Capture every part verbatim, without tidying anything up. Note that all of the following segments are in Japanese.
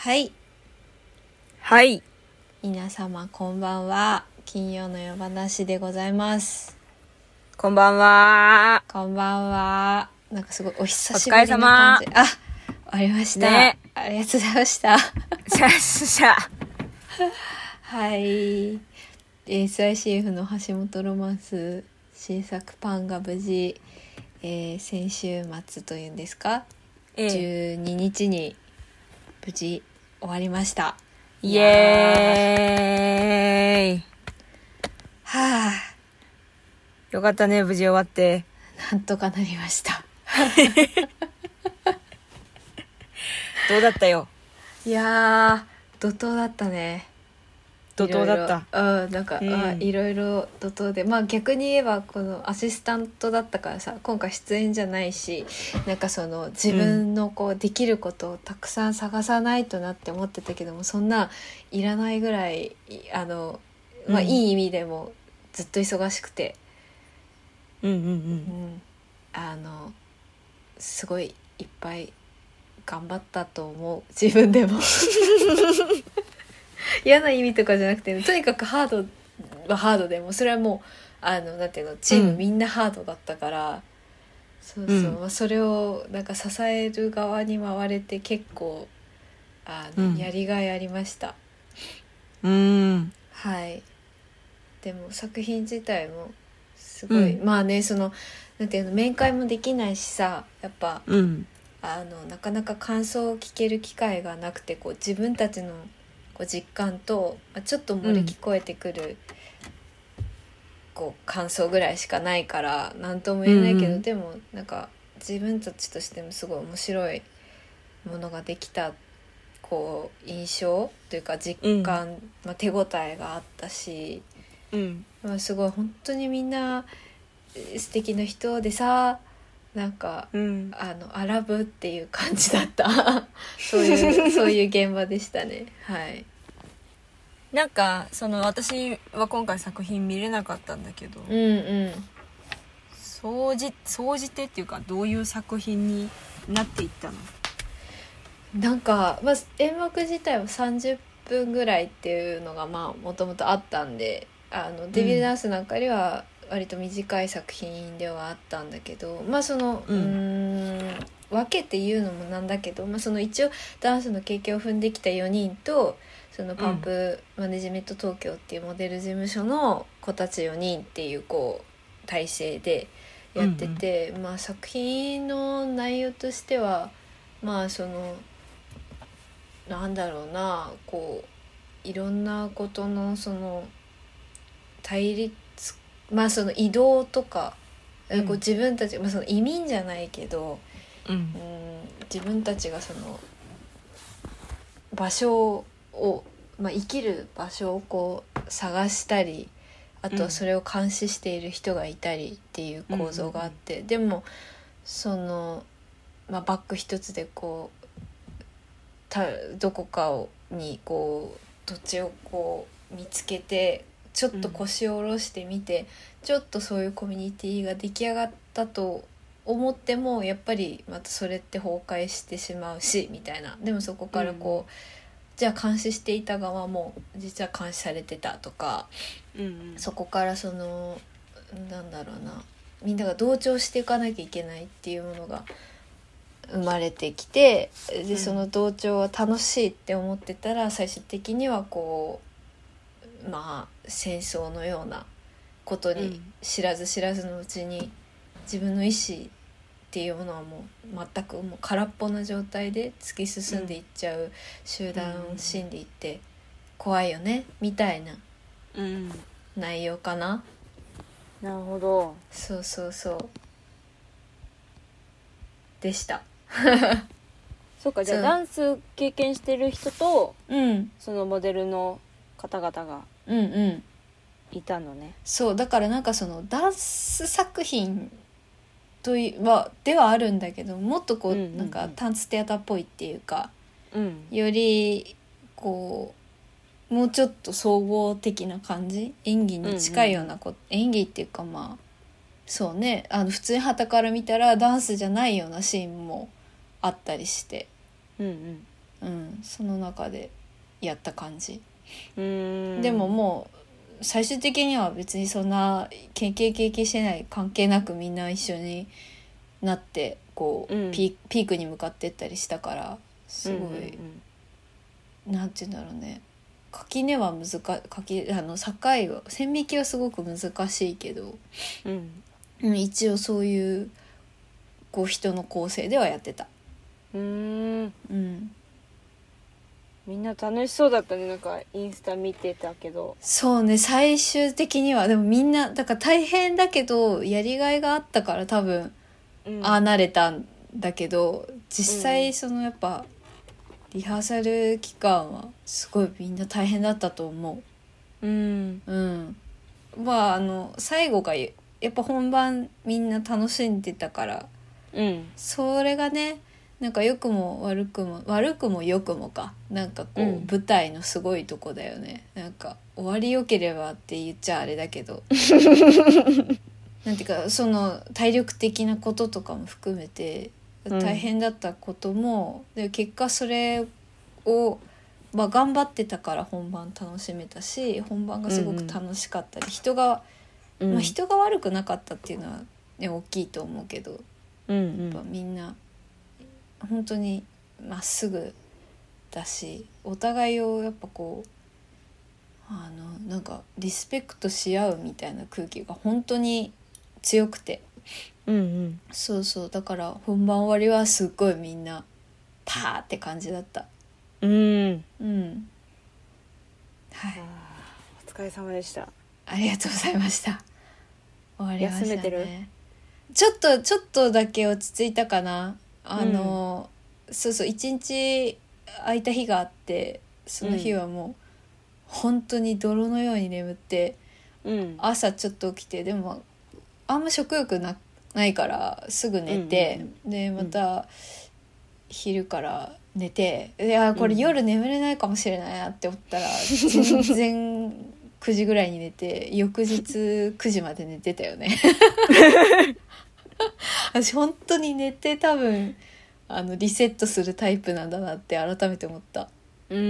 はい、 はい、 皆様こんばんは。金曜の夜話でございます。 こんばんは。 こんばんは。なんかすごいお久しぶりな感じ。あ、終わりました、ね、ありがとうございました。 シャシャはい、 エスアイシーエフ の橋本ロマンス新作パンが無事、えー、先週末というんですか、ええ、じゅうににちに無事終わりました。 イエーイ。 はあ、 よかったね、無事終わって。 なんとかなりましたどうだったよ。 いやー、怒涛だったね。 怒涛だった。 うん、なんか、うん、あ、いろいろ怒涛で、まあ逆に言えばこのアシスタントだったからさ、今回出演じゃないし、なんかその自分のこうできることをたくさん探さないとなって思ってたけども、そんないらないぐらい、あの、まあ、いい意味でもずっと忙しくて、 うんうんうん、うん、 あのすごいいっぱい頑張ったと思う、自分でも嫌な意味とかじゃなくて、ね、とにかくハードはハードでも、それはもうあのなんていうの、チームみんなハードだったから、うん、そうそう、うん、まあ、それをなんか支える側に回れて結構あの、うん、やりがいありました。 うん、 はい。でも作品自体もすごい、うん、まあね、そのなんていうの、面会もできないしさ、やっぱ、うん、あのなかなか感想を聞ける機会がなくて、こう自分たちのこう実感とちょっと漏れ聞こえてくる、うん、こう感想ぐらいしかないから何とも言えないけど、うん、でもなんか自分たちとしてもすごい面白いものができた、こう印象というか実感、うん、まあ、手応えがあったし、うん、まあ、すごい本当にみんな素敵な人でさ、なんか、うん、あのアラブっていう感じだったそういうそういう現場でしたね。はい。 なんかその私は今回作品見れなかったんだけど、 うんうん、 総じ総じてっていうか、どういう作品になっていったの？ なんか、まあ、演目自体はさんじゅっぷんぐらいっていうのがまあもともとあったんで、あのデビルダンスなんかよりは割と短い作品ではあったんだけど、まあその、うん、うーん分けて言うのもなんだけど、まあ、その一応ダンスの経験を踏んできたよにんと、そのパンプマネジメント東京っていうモデル事務所の子たちよにんっていうこう体制でやってて、うんうん、まあ作品の内容としてはまあそのなんだろうな、こういろんなことのその対立、まあその移動とか、うん、こう自分たち、まあ、その移民じゃないけど、うん、うん、自分たちがその場所を、まあ、生きる場所をこう探したり、あとはそれを監視している人がいたりっていう構造があって、うん、でもその、まあ、バッグ一つでこうたどこかをにこう土地をこう見つけてちょっと腰を下ろしてみて、うん、ちょっとそういうコミュニティが出来上がったと思ってもやっぱりまたそれって崩壊してしまうしみたいな。でもそこからこう、うん、じゃあ監視していた側も実は監視されてたとか、うんうん、そこからそのなんだろうな、みんなが同調していかなきゃいけないっていうものが生まれてきて、でその同調は楽しいって思ってたら、最終的にはこうまあ戦争のようなことに知らず知らずのうちに自分の意思っていうものはもう全くもう空っぽな状態で突き進んでいっちゃう集団心理って怖いよねみたいな内容かな。 なるほど。 そうそうそうでしたそうか、じゃあダンス経験してる人と、 うん、 そのモデルの方々がいたのね、うんうん、 そうだからなんかそのダンス作品というはではあるんだけど、もっとこう、うんうんうん、なんかタンツテアタっぽいっていうか、うん、よりこうもうちょっと総合的な感じ、演技に近いようなこ、うんうん、演技っていうかまあそうね、あの普通に傍から見たらダンスじゃないようなシーンもあったりして、 うんうん、 うん、その中でやった感じ。 うーんでももう最終的には別にそんなケーケーケーケーしてない関係なくみんな一緒になってこう、 うん、 ピー、ピークに向かってったりしたからすごい、 うんうんうん、 なんて言うんだろうね、垣根は難し垣あの境は線引きはすごく難しいけど、 うんうん、一応そういうこう人の構成ではやってた。 うーんうん、 みんな楽しそうだったね。なんかインスタ見てたけど。 そうね、最終的にはでもみんなだから大変だけどやりがいがあったから多分、うん、ああなれたんだけど実際そのやっぱ、リハーサル期間はすごいみんな大変だったと思う。うん。 う。うん。まああの最後がやっぱ本番みんな楽しんでたから、 うん。 それがね、なんか良くも悪くも悪くも良くもか、なんかこう、うん、舞台のすごいとこだよね。なんか終わり良ければって言っちゃあれだけど、なんていうかその体力的なこととかも含めて。大変だったことも、うん、で結果それを、まあ、頑張ってたから本番楽しめたし本番がすごく楽しかったり、うんうん、人が、まあ、人が悪くなかったっていうのは、ね、大きいと思うけど、 うんうん、 やっぱみんな本当にまっすぐだしお互いをやっぱこうあのなんかリスペクトし合うみたいな空気が本当に強くて、 うんうん、 そうそうだから本番終わりはすっごいみんなパーって感じだった。 うんうんはい、 お疲れ様でした。 ありがとうございました。終わりましたね。 休めてる？ ちょっとちょっとだけ落ち着いたかな。あの、うん、そうそう一日空いた日があってその日はもう、うん、本当に泥のように眠って、うん、朝ちょっと起きてでもあんま食欲なないからすぐ寝て、うんうん、でまた昼から寝て、いやこれ夜眠れないかもしれないなって思ったら、うん、全然くじぐらいに寝て翌日くじまで寝てたよね私本当に寝て多分あのリセットするタイプなんだなって改めて思った。 うん、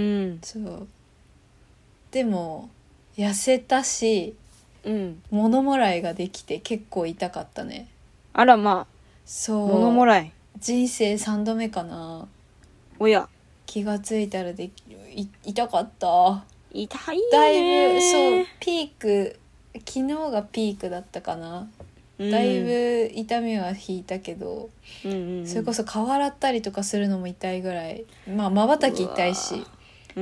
そうでも痩せたし、 うん、 物もらいができて結構痛かったね。 あらまあ、 そう物もらい人生さんどめかな。 おや気がついたらでい痛かった。 痛いね。 だいぶそうピーク昨日がピークだったかな、うん、だいぶ痛みは引いたけど、うんうんうん、それこそ顔洗ったりとかするのも痛いぐらい、まあ瞬き痛いし、うん、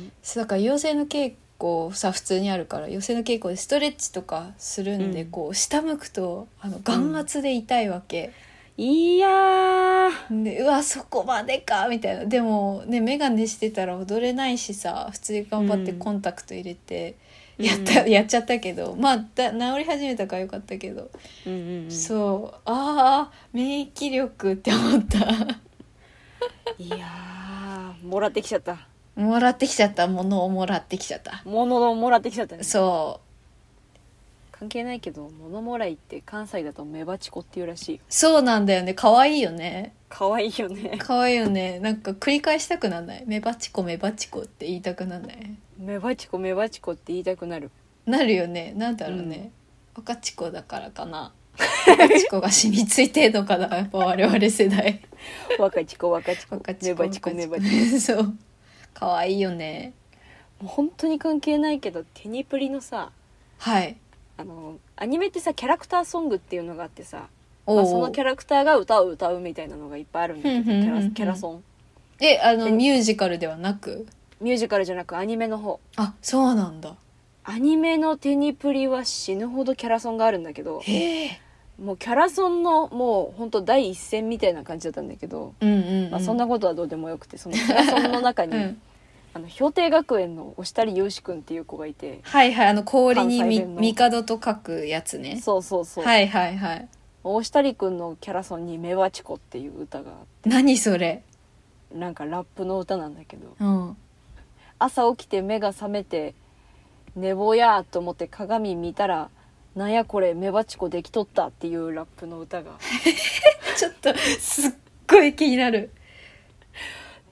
だから陽性の稽古さ普通にあるから陽性の稽古でストレッチとかするんで、うん、こう下向くとあの眼圧で痛いわけ、 うん、いやーでうわそこまでかみたいな。でもね眼鏡してたら踊れないしさ普通に頑張ってコンタクト入れてやった、うん、やっちゃったけどまあだ治り始めたからよかったけど、うんうんうん、そうああ免疫力って思ったいやーもらってきちゃったもらってきちゃったものをもらってきちゃったものをもらってきちゃったね。 そう関係ないけど物もらいって関西だとメバチコっていうらしいよ。 そうなんだよね。可愛いよね。 可愛いよね。 可愛いよね。なんか繰り返したくなんない？メバチコメバチコって言いたくなんない？ メバチコメバチコって言いたくなる。 なるよね。なんだろうね。うん、赤チコだからかな。赤チコが染みついてんのかな。やっぱ我々世代。 若チコ若チコ若チコメバチコメバチコ。そう可愛いよね。 もう本当に関係ないけどテニプリのさ、 はいあのアニメってさキャラクターソングっていうのがあってさ、まあ、そのキャラクターが歌を歌うみたいなのがいっぱいあるんだけど、キャラ、キャラソン。 えあのミュージカルではなく？ ミュージカルじゃなくアニメの方。 あそうなんだ。 アニメのテニプリは死ぬほどキャラソンがあるんだけど、へえ。もうキャラソンのもうほんと第一線みたいな感じだったんだけど、うんうんうん、まあ、そんなことはどうでもよくて、そのキャラソンの中に、うん、あの氷定学園の押谷優志くんっていう子がいて、 はいはい、あの氷にみ帝と書くやつね。 そうそうそう、 はいはいはい。 押谷くんのキャラソンにメバチコっていう歌があって、 何それ、 なんかラップの歌なんだけど、 うん、朝起きて目が覚めて寝坊やと思って鏡見たらなんやこれメバチコできとったっていうラップの歌がちょっとすっごい気になる。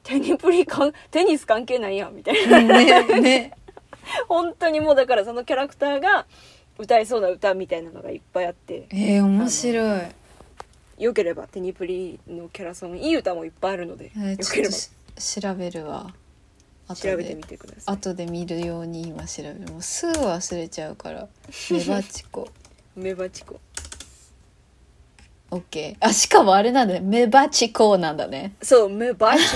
テニプリかテニス関係ないやんみたいなねね本当にもうだからそのキャラクターが歌いそうな歌みたいなのがいっぱいあって、 えー、面白い。 よければテニプリのキャラソンいい歌もいっぱいあるので、 えー、 よければ調べるわ。 調べてみてください。 後で見るように今調べる。もうすぐ忘れちゃうからメバチコメバチコオッケー。あ、しかもあれなんだね、メバチコなんだね。 そう、メバチ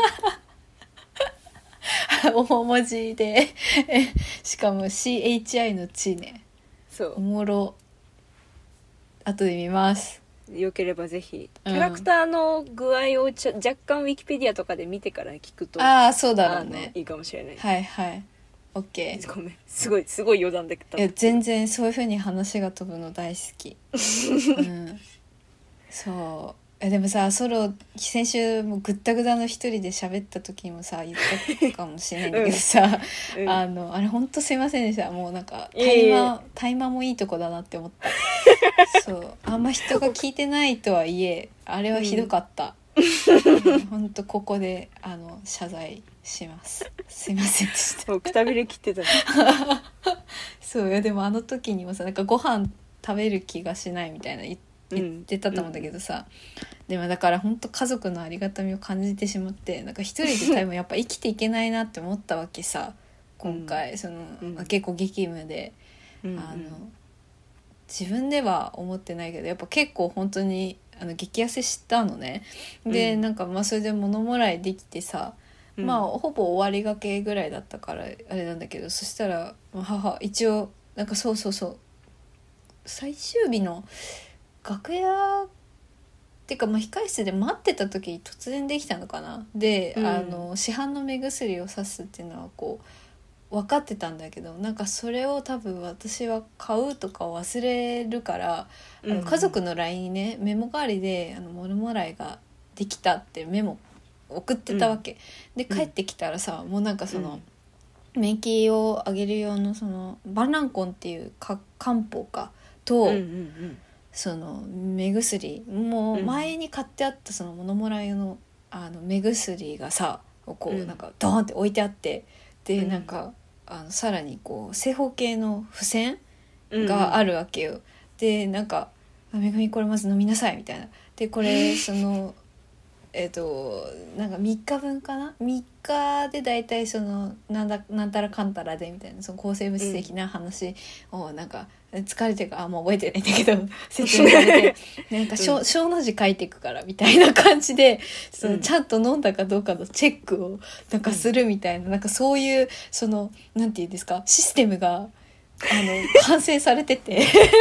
コ大文字でしかも シーエイチアイ のチね。 そうおもろ。後で見ます。 よければぜひキャラクターの具合をちょ若干ウィキペディアとかで見てから聞くと、 ああそうだろうね、 いいかもしれない。 はいはいオッケー。 ごめん、すごいすごい余談でいや全然そういう風に話が飛ぶの大好き、うん、そうえでもさソロ先週もうぐったぐだの一人で喋った時もさ言ったかもしれないんだけどさ、うん、あのあれほんとすいませんでした。もうなんかタイマー、タイマーもいいとこだなって思ったそうあんま人が聞いてないとはいえあれはひどかった、うん、ほんとここであの謝罪します。すいませんでした。 もうくたびれ切ってたそういやでもあの時にもさなんかご飯食べる気がしないみたいな言って言ってたと思うんだけどさ、うん、でもだから本当家族のありがたみを感じてしまってなんか一人で多分やっぱ生きていけないなって思ったわけさ今回、うん、その、うん、結構激務で、うん、あの自分では思ってないけどやっぱ結構本当にあの激痩せしたのね。で、うん、なんかまあそれで物もらいできてさ、うん、まあほぼ終わりがけぐらいだったからあれなんだけどそしたら母一応なんかそうそうそう最終日の楽屋っていうか、まあ、控室で待ってた時に突然できたのかなで、うん、あの市販の目薬をさすっていうのはこう分かってたんだけどなんかそれを多分私は買うとか忘れるから、うん、あの家族の ライン にねメモ代わりであの物もらいができたってメモ送ってたわけ、うん、で帰ってきたらさ、うん、もうなんかその、うん、免疫を上げる用のそのバンランコンっていうか漢方かと、うんうんうんその目薬もう前に買ってあったその物もらいの、あの目薬がさこうなんかドーンって置いてあってでなんかあのさらにこう正方形の付箋があるわけよ。でなんかめぐみこれまず飲みなさいみたいなでこれそのえっとなんかみっかぶんかなみっかでだいたいそのなんだなんたらかんたらでみたいなその抗生物質的な話をなんか疲れてるからあんま覚えてないんだけど説明されてなんか小、小の字書いていくからみたいな感じでそのちゃんと飲んだかどうかのチェックをなんかするみたいななんかそういうそのなんていうんですかシステムがあの完成されてて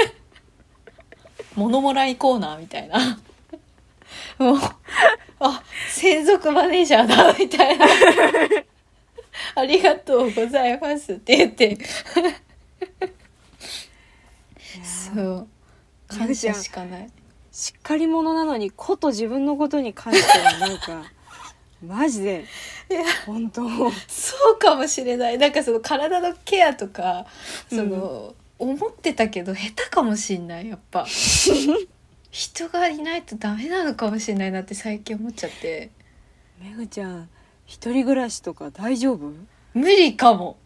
物もらいコーナーみたいなもうあ専属マネージャーだみたいなありがとうございますって言ってそう感謝しかない。 しっかり者なのにこと自分のことに関してはなんかマジでいや本当そうかもしれない。なんかその体のケアとかその、うん、思ってたけど下手かもしれないやっぱ人がいないとダメなのかもしれないなって最近思っちゃって。 めぐちゃん一人暮らしとか大丈夫？ 無理かも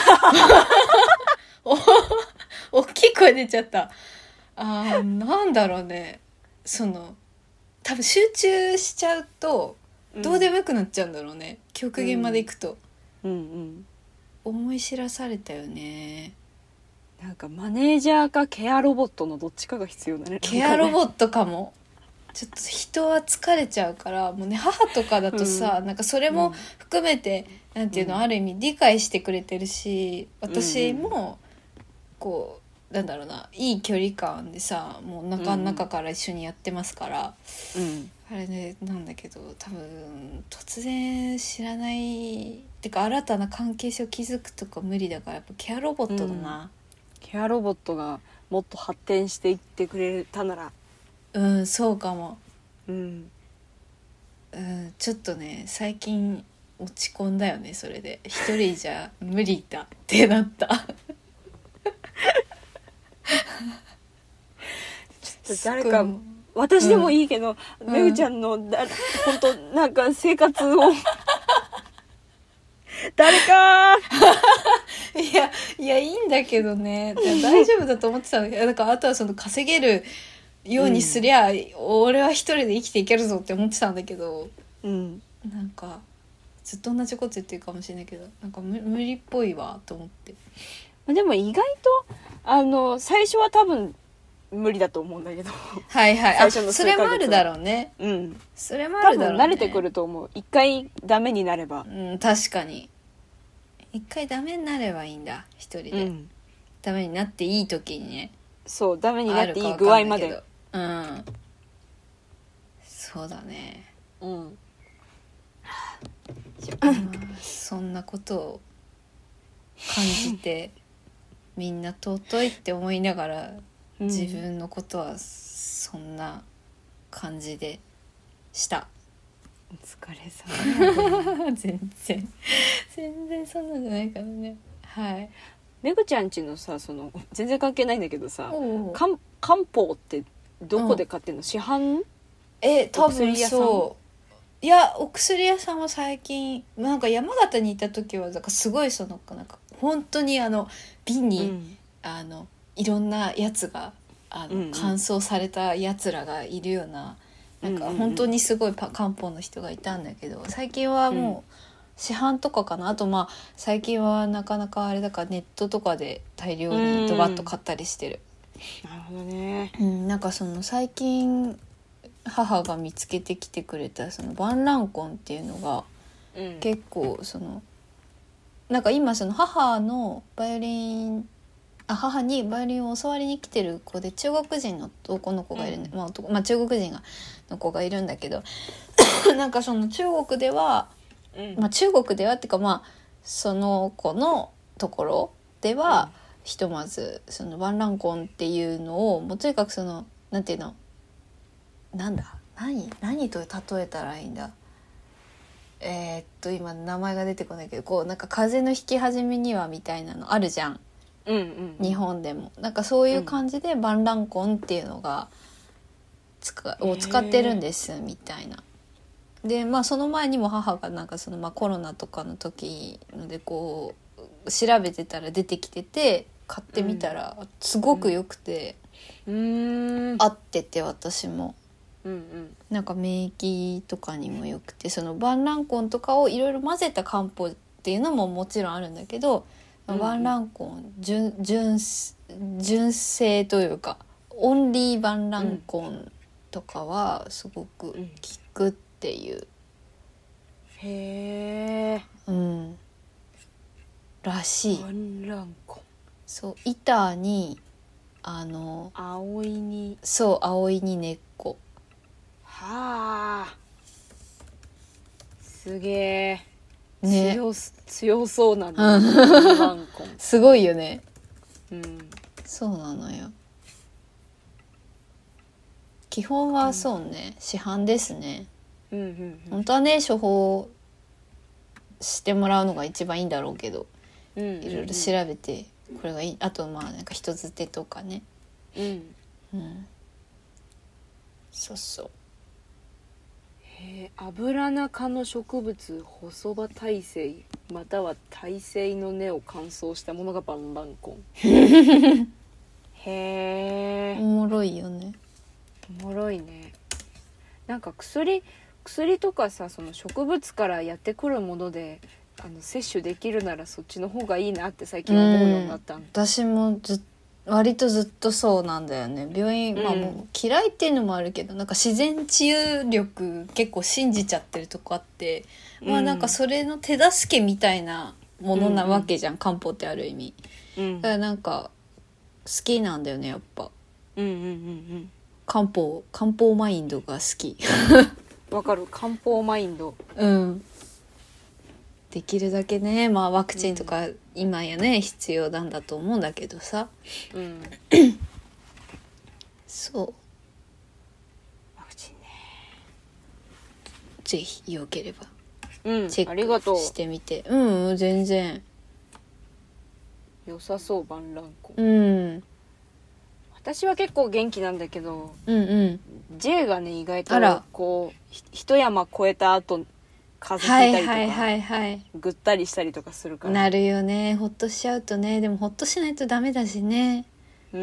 お大きい声出ちゃった。あーなんだろうねその多分集中しちゃうとどうでもよくなっちゃうんだろうね、うん、極限までいくと、 うんうんうん、 思い知らされたよね。 なんかマネージャーかケアロボットのどっちかが必要だね。 ケアロボットかも。ちょっと人は疲れちゃうからもうね母とかだとさ、うん、なんかそれも含めて、うん、なんていうの、うん、ある意味理解してくれてるし私もこうなんだろうないい距離感でさもう中の中から一緒にやってますから、うん、あれねなんだけど多分突然知らないってか新たな関係性を築くとか無理だからやっぱケアロボットだな、うん、 ケアロボットがもっと発展していってくれたならうんそうかも、 うんうん、ちょっとね最近落ち込んだよね。それで一人じゃ無理だってなったちょっと誰か私でもいいけど、うん、めぐちゃんのだ本当なんか生活を誰かいやいやいいんだけどね、大丈夫だと思ってたんだけど、だからあとはその稼げるようにすりゃ、うん、俺は一人で生きていけるぞって思ってたんだけど、うん、なんかずっと同じこと言ってるかもしれないけど、なんか無理っぽいわと思って。 でも意外とあの最初は多分無理だと思うんだけど、 はいはい、最初の数ヶ月はそれもあるだろうね。うん、それもあるだろうね。 多分慣れてくると思う。一回ダメになれば。 うん、確かに。一回ダメになればいいんだ、一人で、うん、ダメになっていい時にね。 そう、ダメになっていい具合まで。 うん。そうだね。うん。まあ、そんなことを感じてみんな尊いって思いながら、自分のことはそんな感じでした。 お疲れ様全然全然そんなんじゃないからね。はい。 めぐちゃんちのさ、その全然関係ないんだけどさ、漢方ってどこで買ってんの？うん、市販？ え、多分そう。いや、お薬屋さんは最近なんか山形にいた時はなんかすごいそのなんか本当にあの瓶に、うん、あのいろんなやつがあの、うんうん、乾燥されたやつらがいるような、なんか本当にすごいパ漢方の人がいたんだけど、最近はもう市販とかかな。あとまあ最近はなかなかあれだからネットとかで大量にドバッと買ったりしてる。 なるほどね。 うん、なんかその最近母が見つけてきてくれたそのバンランコンっていうのが、うん、結構そのなんか今その母のバイオリンあ母にバイオリンを教わりに来てる子で中国人の男の子がいる、うんまあ男まあ、中国人がの子がいるんだけどなんかその中国では、うんまあ、中国ではっていうかまあその子のところでは、うん、ひとまずそのバンランコンっていうのをもうとにかくそのなんていうのなんだ何何と例えたらいいんだえー、っと今名前が出てこないけどこうなんか風邪のひき始めにはみたいなのあるじゃん、うんうんうん、日本でもなんかそういう感じでバンランコンっていうのがつかを使ってるんですみたいな。でまあその前にも母がなんかその、まあ、コロナとかの時のでこう調べてたら出てきてて買ってみたらすごく良くて、うん、合ってて私も。うんうん、なんか免疫とかにもよくてそのバンランコンとかをいろいろ混ぜた漢方っていうのももちろんあるんだけど、うんうん、バンランコン 純, 純, 純正というかオンリーバンランコンとかはすごく効くっていう、うん、 へー、うん、 らしい。 バンランコンそう板にあの葵にそう葵に根っこはあすげえ、ね、強, 強そうなの、 うん、すごいよね、うん、そうなのよ。基本はそうね、うん、市販ですね、うんうんうん、本当はね処方してもらうのが一番いいんだろうけど、うんうんうん、いろいろ調べてこれがいいあとまあなんか人づてとかね、うんうん、そうそうへアブラナ科の植物細葉大西または大西の根を乾燥したものがバンランコンへえおもろいよね。 おもろいね。なんか薬薬とかさその植物からやってくるものであの摂取できるならそっちの方がいいなって最近思うようになったの、うん、 私もず割とずっとそうなんだよね。病院、うん、まあもう嫌いっていうのもあるけどなんか自然治癒力結構信じちゃってるとこあって、うん、まあなんかそれの手助けみたいなものなわけじゃん、うんうん、漢方ってある意味、うん、だからなんか好きなんだよねやっぱ、うんうんうんうん、漢方漢方マインドが好きわかる漢方マインド、 うんできるだけね、まあ、ワクチンとか今やね、うん、必要なんだと思うんだけどさ、うん、そうワクチンねぜひよければ、 うん、 チェックしてみてうん、全然良さそうバンランコン、 うん、 私は結構元気なんだけど、 うんうん、 J がね意外とあらこう一山越えた後風は邪ひいたりとか、 いはいはいはい、 ぐったりしたりとかするから。 なるよね、ほっとしちゃうとね。でもほっとしないとダメだしね。 うん、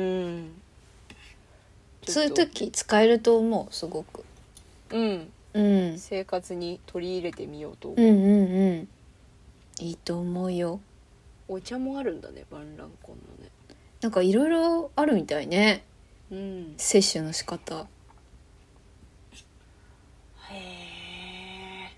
そういう時使えると思う、すごく。 うんうん、 生活に取り入れてみようと思う。うんうんうんいいと思うよ。 お茶もあるんだね、バンランコンのね。 なんかいろいろあるみたいね、 うん、 摂取の仕方。 へえ。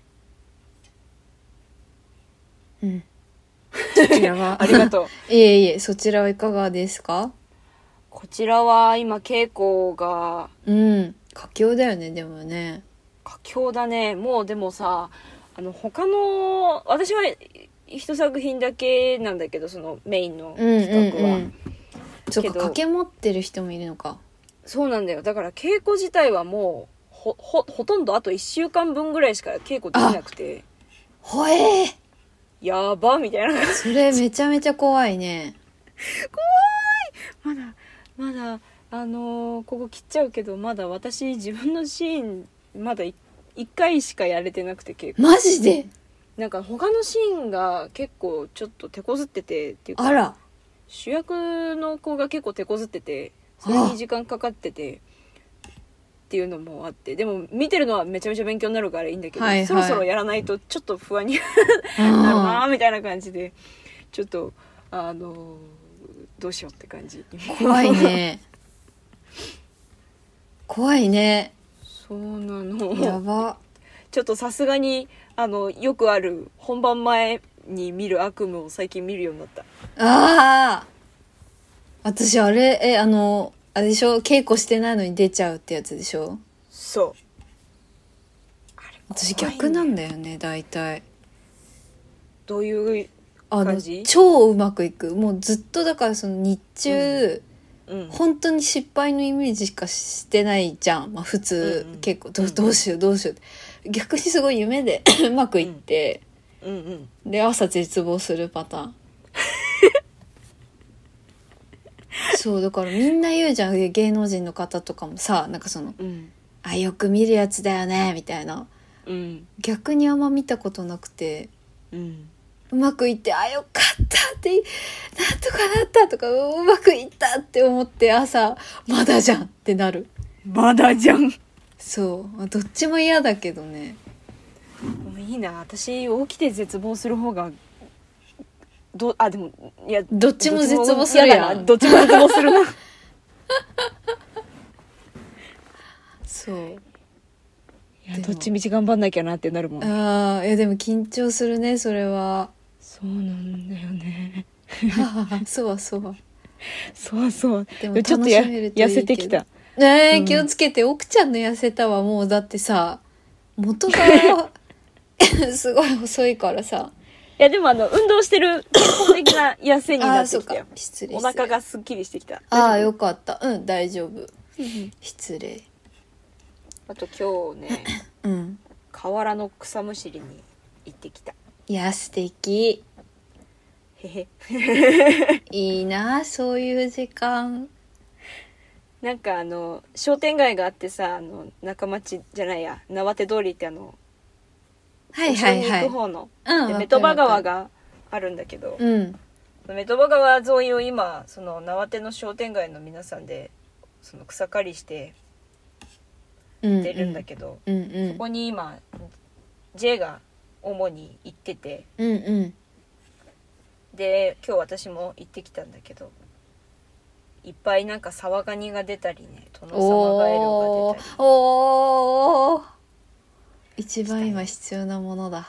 うんそちらはありがとう。 いえいえ、そちらはいかがですか？ こちらは今稽古がうん佳境だよね。でもね佳境だね。もうでもさ、あの他の私は一作品だけなんだけど、そのメインの企画は、うんうんうん、 そうか、掛け持ってる人もいるのか。 そうなんだよ。だから稽古自体はもうほほほとんどあといっしゅうかんぶんぐらいしか稽古できなくて、 ほえーやばみたいな。 それめちゃめちゃ怖いね。 怖い。まだまだあのー、ここ切っちゃうけど、まだ私自分のシーンまだいっかいしかやれてなくて、稽古。 マジで？ なんか他のシーンが結構ちょっと手こずっててっていうか、 あら、 主役の子が結構手こずってて、それに時間かかっててっていうのもあって、でも見てるのはめちゃめちゃ勉強になるからいいんだけど、はいはい、そろそろやらないとちょっと不安になるなみたいな感じで、ちょっとあのどうしようって感じ。 怖いね怖いね。 そうなの。 やば。 ちょっとさすがにあのよくある本番前に見る悪夢を最近見るようになった。 ああ、私あれえあのあれでしょ、稽古してないのに出ちゃうってやつでしょ。 そう、 あれ私逆なんだよね大体。 どういう感じ？ あの超うまくいく。もうずっとだからその日中、うんうん、本当に失敗のイメージしかしてないじゃん、まあ、普通、うんうん、結構 ど, どうしようどうしようって逆にすごい夢でうまくいって、うんうんうん、で朝絶望するパターンそうだからみんな言うじゃん、芸能人の方とかもさ、なんかその、うん、あよく見るやつだよねみたいな、うん、逆にあんま見たことなくて、うん、うまくいってあよかったってなんとかなったとかうまくいったって思って朝まだじゃんってなる。 まだじゃん。 そうどっちも嫌だけどね。 もういいな、私起きて絶望する方がどあでもいやどっちも絶望するやん。 どっちも絶望するなそういやどっちみち頑張んなきゃなってなるもん。 ああいやでも緊張するねそれは。 そうなんだよねそうはそうはそうそうでもちょっとや痩せてきたねえ、うん、気をつけて。奥ちゃんの痩せたはもうだってさ元がすごい細いからさ。 いやでもあの運動してる健康的な痩せになってきたよ。 失礼。 お腹がすっきりしてきた。 ああよかった。うん大丈夫失礼。 あと今日ね、うん、河原の草むしりに行ってきた。 いや素敵。 へへいいなそういう時間。 なんかあの商店街があってさ、あの中町じゃないや縄手通りってあのはいはいはい、 行く方の、うん、でメトバ川があるんだけど、うん、メトバ川沿いを今その縄手の商店街の皆さんでその草刈りして出るんだけど、うんうん、そこに今 J が主に行ってて、うんうん、で今日私も行ってきたんだけど、いっぱいなんかサワガニが出たりね、トノサマガエルが出たり。 おー一番今必要なものだ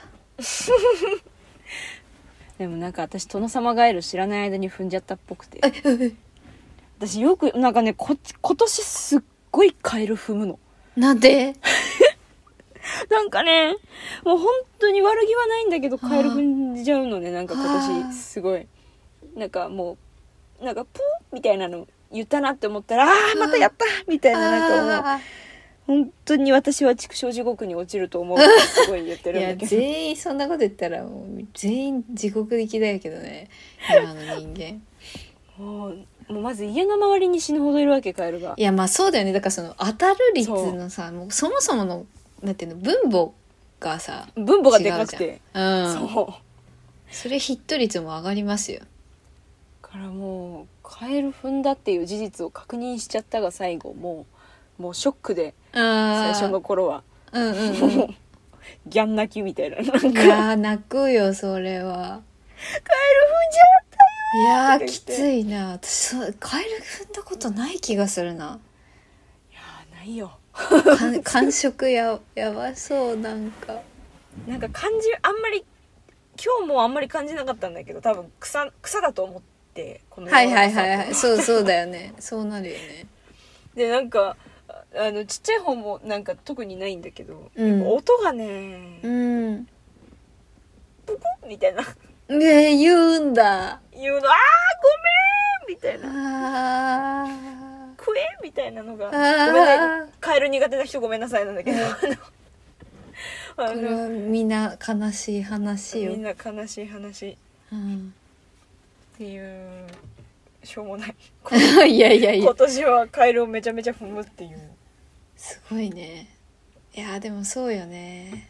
でもなんか私トノサマガエル知らない間に踏んじゃったっぽくて私よくなんかねこ今年すっごいカエル踏むの。 なんでなんかねもう本当に悪気はないんだけどカエル踏んじゃうのね。なんか今年すごいなんかもうなんかプーみたいなの言ったなって思ったらあーまたやったみたいな、なんかもう本当に私は畜生地獄に落ちると思うってすごい言ってるんだけどいや全員そんなこと言ったらもう全員地獄行きだけどね今の人間もうもうまず家の周りに死ぬほどいるわけ、カエルが。 いやまあそうだよね。だからその当たる率のさ、もうそもそものなんていうの分母がさ、 分母がでかくて、 うん、 そうそれヒット率も上がりますよ。 だからもうカエル踏んだっていう事実を確認しちゃったが最後もうもうショックで、最初の頃はうんうん、うん、 ギャン泣きみたいな、なんかいや泣くよそれは。 カエル踏んじゃったいやーきついな。私そうカエル踏んだことない気がするな。 いやーないよ感触ややばそう。なんかなんか感じあんまり今日もあんまり感じなかったんだけど、多分草草だと思ってこのはいはいはいはいそうそうだよねそうなるよね。 でなんかあのちっちゃい方もなんか特にないんだけど、 うん、 音がねうんププみたいなねえ言うんだ。 言うの、あーごめんみたいな、 あ食えみたいなのが、 あごめんな、カエル苦手な人ごめんなさいなんだけどこれはみんな悲しい話よ。 みんな悲しい話、 うん、 っていうしょうもないいやいやいや今年はカエルをめちゃめちゃ踏むっていう。 すごいね。いやでもそうよね。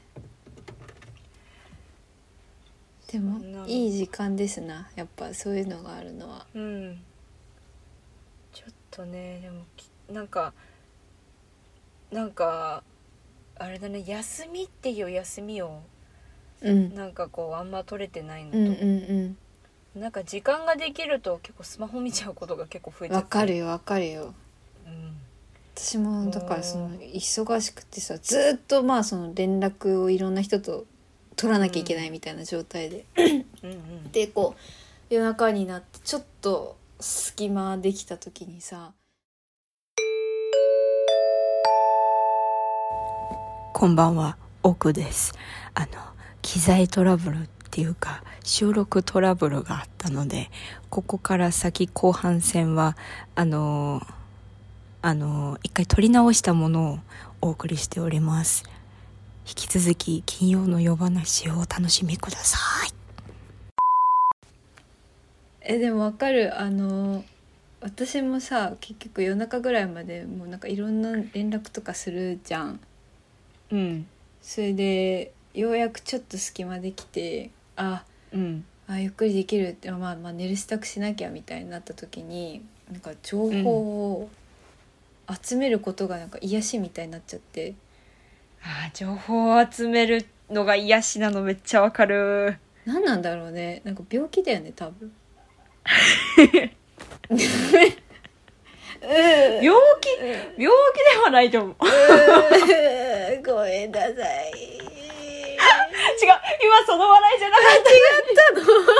でもいい時間ですな、やっぱそういうのがあるのは。 うんちょっとね、でもなんかなんかあれだね、休みっていう休みを、うん、なんかこうあんま取れてないのと、うんうんうん、なんか時間ができると結構スマホ見ちゃうことが結構増えちゃって。 わかるよわかるよ、うん、私もだからその忙しくてさ、ずっとまあその連絡をいろんな人と取らなきゃいけないみたいな状態で、うんうんうん、でこう夜中になってちょっと隙間できた時にさ、 こんばんは、奥です。あの機材トラブルっていうか収録トラブルがあったので、ここから先後半戦はあのあの一回撮り直したものをお送りしております。引き続き金曜の夜話をお楽しみください。 えでもわかる。あの私もさ結局夜中ぐらいまでもうなんかいろんな連絡とかするじゃん。 うん。 それでようやくちょっと隙間できて、あ、 うん、 あゆっくりできるって、まあ、まあ寝る支度しなきゃみたいになった時になんか情報を集めることがなんか癒しみたいになっちゃって、 あ、情報を集めるのが癒しなのめっちゃわかる。 何なんだろうね。なんか病気だよね多分病気病気ではないと思うごめんなさい違う、 今その笑いじゃなかった違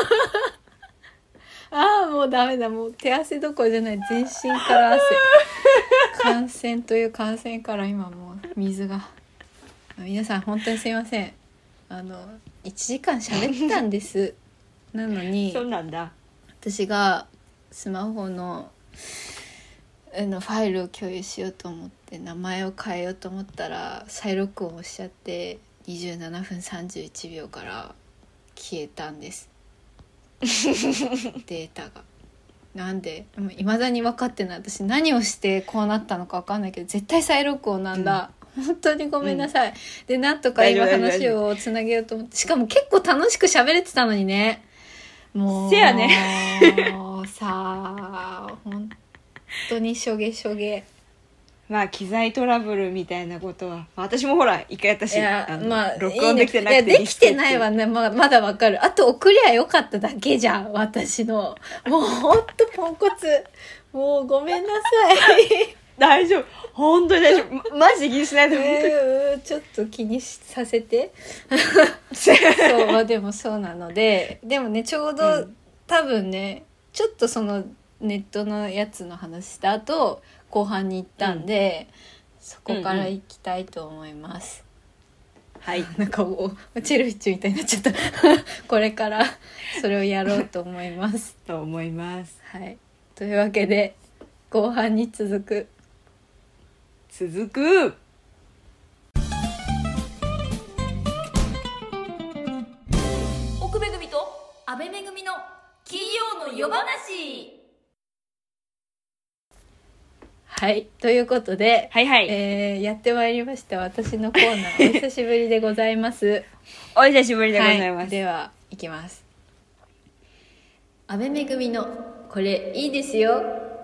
ったのああもうダメだ、もう手汗どころじゃない、全身から汗感染という感染から今もう水が、皆さん本当にすいません。あのいちじかん喋ったんですなのにそうなんだ、 私がスマホのあのファイルを共有しようと思って名前を変えようと思ったら再録音をしちゃってにじゅうななふんさんじゅういちびょうから消えたんですデータが。なんでいまだに分かってない。私何をしてこうなったのか分かんないけど絶対再録音なんだ、うん、本当にごめんなさい、うん、でなんとか今話をつなげようと思って、しかも結構楽しく喋れてたのにね。もうせやねさあ本当にしょげしょげ。 まあ機材トラブルみたいなことは私もほら一回やったし、 いやあまあ録音できてなくて、 いいね、いやできてないわね、ま, まだわかる。あと送りゃよかっただけじゃん私の。もうほんとポンコツ、もうごめんなさい大丈夫、本当に大丈夫、マジで気にしないで、 えー、ちょっと気にさせてそうでもそうなので、でもねちょうど、うん、多分ねちょっとそのネットのやつの話した後後半に行ったんで、うん、そこから行きたいと思います、うんうん、はいなんかチェルフィッチみたいになっちゃったこれからそれをやろうと思いますと思います。 はいというわけで後半に続く続く奥めぐみと阿部めぐみの金曜の夜話。 はい、ということで、 はいはい、 えー、やってまいりました私のコーナーお久しぶりでございますお久しぶりでございます、 はい、ではいきます。安倍めぐみのこれいいですよ。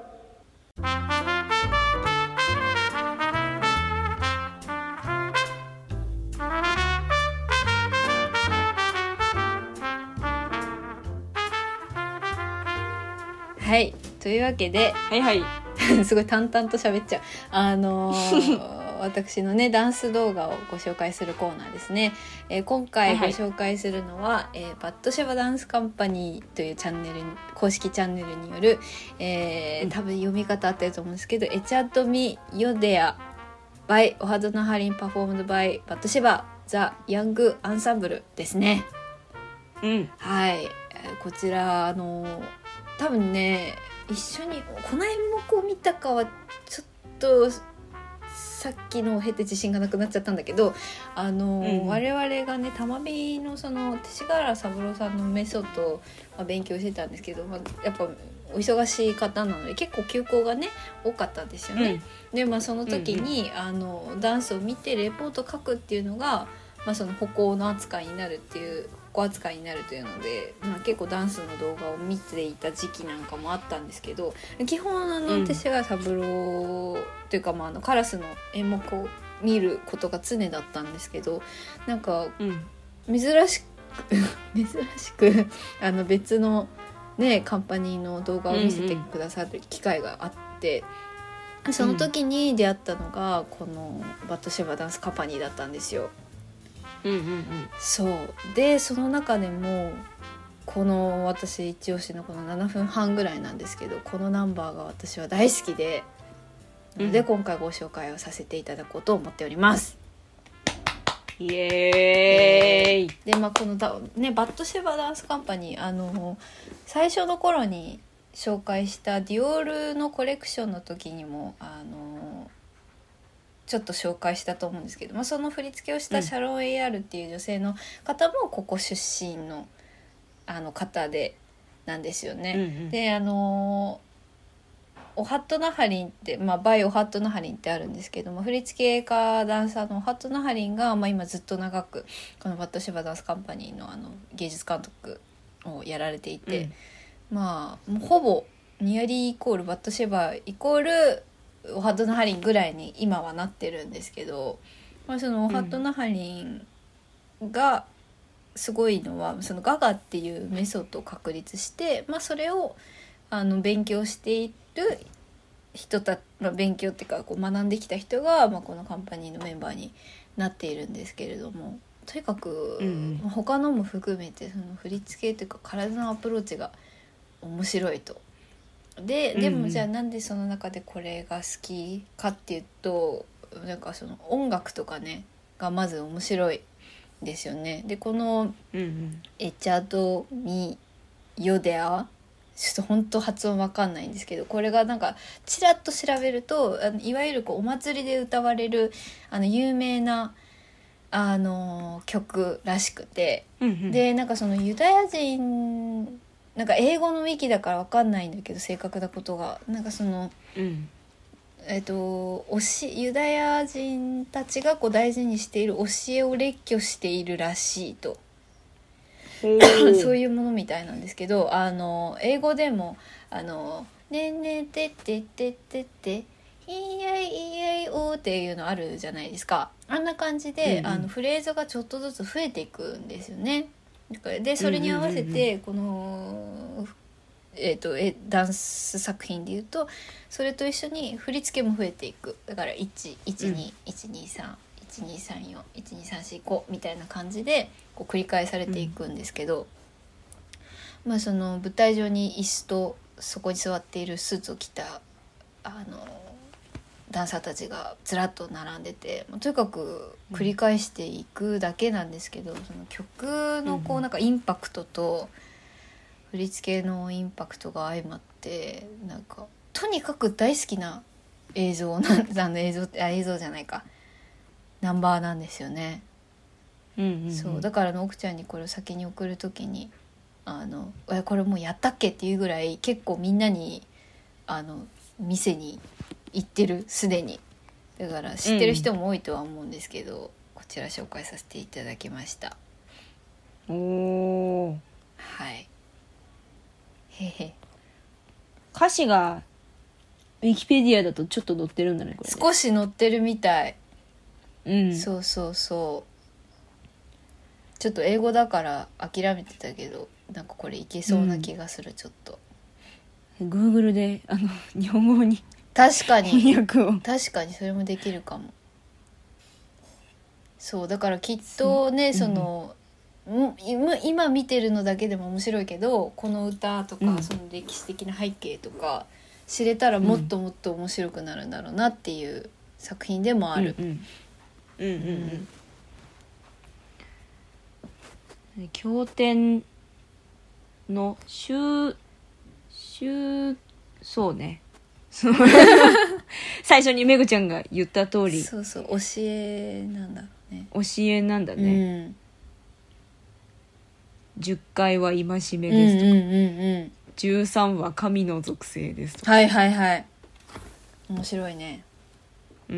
はい、というわけで、 はいはいすごい淡々と喋っちゃう。あのー私のねダンス動画をご紹介するコーナーですね、えー、今回ご紹介するのは、はいはいえー、バッドシェバダンスカンパニーというチャンネル公式チャンネルによる、えー、多分読み方あったと思うんですけど、うん、エチャッドミヨデアバイオハドナハリンパフォームドバイバッドシェバザヤングアンサンブルですね。 うんはいこちらあのー、多分ね一緒にこの演目を見たかはちょっとさっきのを経て自信がなくなっちゃったんだけど、あの、うん、我々がねたまびのその勅使河原三郎さんのメソッドを、まあ、勉強してたんですけど、まあ、やっぱお忙しい方なので結構休講がね多かったんですよね、うん、でまあその時に、うん、あのダンスを見てレポート書くっていうのが、まあ、その歩行の扱いになるっていう歩行扱いになるというので、まあ、結構ダンスの動画を見ていた時期なんかもあったんですけど、基本あの勅使河原三郎というか、まあ、あのカラスの演目を見ることが常だったんですけど、なんか珍しく珍しくあの別のねカンパニーの動画を見せてくださる機会があって、うんうん、その時に出会ったのがこのバッドシェバダンスカンパニーだったんですよ。 うんうんうん、 そうでその中でもこの私一押しのこのななふんはんぐらいなんですけど、このナンバーが私は大好きで、なので今回ご紹介をさせていただこうと思っております。 イエーイ。 で、まあ、このだ、ね、バッドシェバダンスカンパニー、あの最初の頃に紹介したディオールのコレクションの時にもあのちょっと紹介したと思うんですけど、まあ、その振り付けをしたシャロン エーアール っていう女性の方もここ出身の、あの方でなんですよね、うんうん、であのオハット・ナハリンって、まあ、バイオハット・ナハリンってあるんですけども、振り付け家ダンサーのオハット・ナハリンが、まあ、今ずっと長くこのバッドシェバダンスカンパニー の, あの芸術監督をやられていて、うん、まあもうほぼニアリーイコールバッドシェバイコールオハット・ナハリンぐらいに今はなってるんですけど、まあ、そのオハット・ナハリンがすごいのは、うん、そのガガっていうメソッドを確立して、まあ、それをあの勉強している人たち、まあ、勉強っていうかこう学んできた人が、まあ、このカンパニーのメンバーになっているんですけれども、とにかく、うんまあ、他のも含めてその振り付けというか体のアプローチが面白いと。で, でもじゃあなんでその中でこれが好きかっていうと、なんかその音楽とかねがまず面白いですよね。でこのエチャドミヨデアちょっと本当発音わかんないんですけど、これがなんかちらっと調べるとあのいわゆるこうお祭りで歌われるあの有名なあの曲らしくて、うんうん、でなんかそのユダヤ人なんか英語のウィキだから分かんないんだけど正確なことがなんかその、うんえっと、教ユダヤ人たちがこう大事にしている教えを列挙しているらしいとそういうものみたいなんですけど、あの英語でもあのねんねてってってってっていやいいやいおっていうのあるじゃないですか。あんな感じで、うんうん、あのフレーズがちょっとずつ増えていくんですよね。でそれに合わせてこの、えーと、えダンス作品でいうとそれと一緒に振り付けも増えていく。だからいち、いち、に、いち、に、さん、いち、に、さん、よん、いち、に、さん、よん、ごみたいな感じでこう繰り返されていくんですけど、うん、まあその舞台上に椅子とそこに座っているスーツを着たあのダンサーたちがずらっと並んでて、とにかく繰り返していくだけなんですけど、うん、その曲のこうなんかインパクトと振り付けのインパクトが相まってなんかとにかく大好きな映像なんあの映像あ映像じゃないかナンバーなんですよね、うんうんうん、そうだからの奥ちゃんにこれを先に送るときにあのこれもうやったっけっていうぐらい結構みんなにあの店に行ってるすでに。だから知ってる人も多いとは思うんですけど、うん、こちら紹介させていただきました。 おー、 はい。へへ。 歌詞がウィキペディアだとちょっと載ってるんだねこれね。 少し載ってるみたい。 うん、 そうそうそう。ちょっと英語だから諦めてたけど、なんかこれいけそうな気がする、うん、ちょっと。 Google であの日本語に確かに翻訳を確かにそれもできるかも。そうだからきっとね、うん、その今, 今見てるのだけでも面白いけど、この歌とか、うん、その歴史的な背景とか知れたらもっともっと面白くなるんだろうなっていう作品でもある。 うんうんうんうんうん、経典の週週そうね最初にめぐちゃんが言った通り、 そうそう教えなんだろうね。 教えなんだね、うん、じゅっかいは戒めですとか、うんうんうんうん、じゅうさんは神の属性ですとか、 はいはいはい、面白いね。 うん、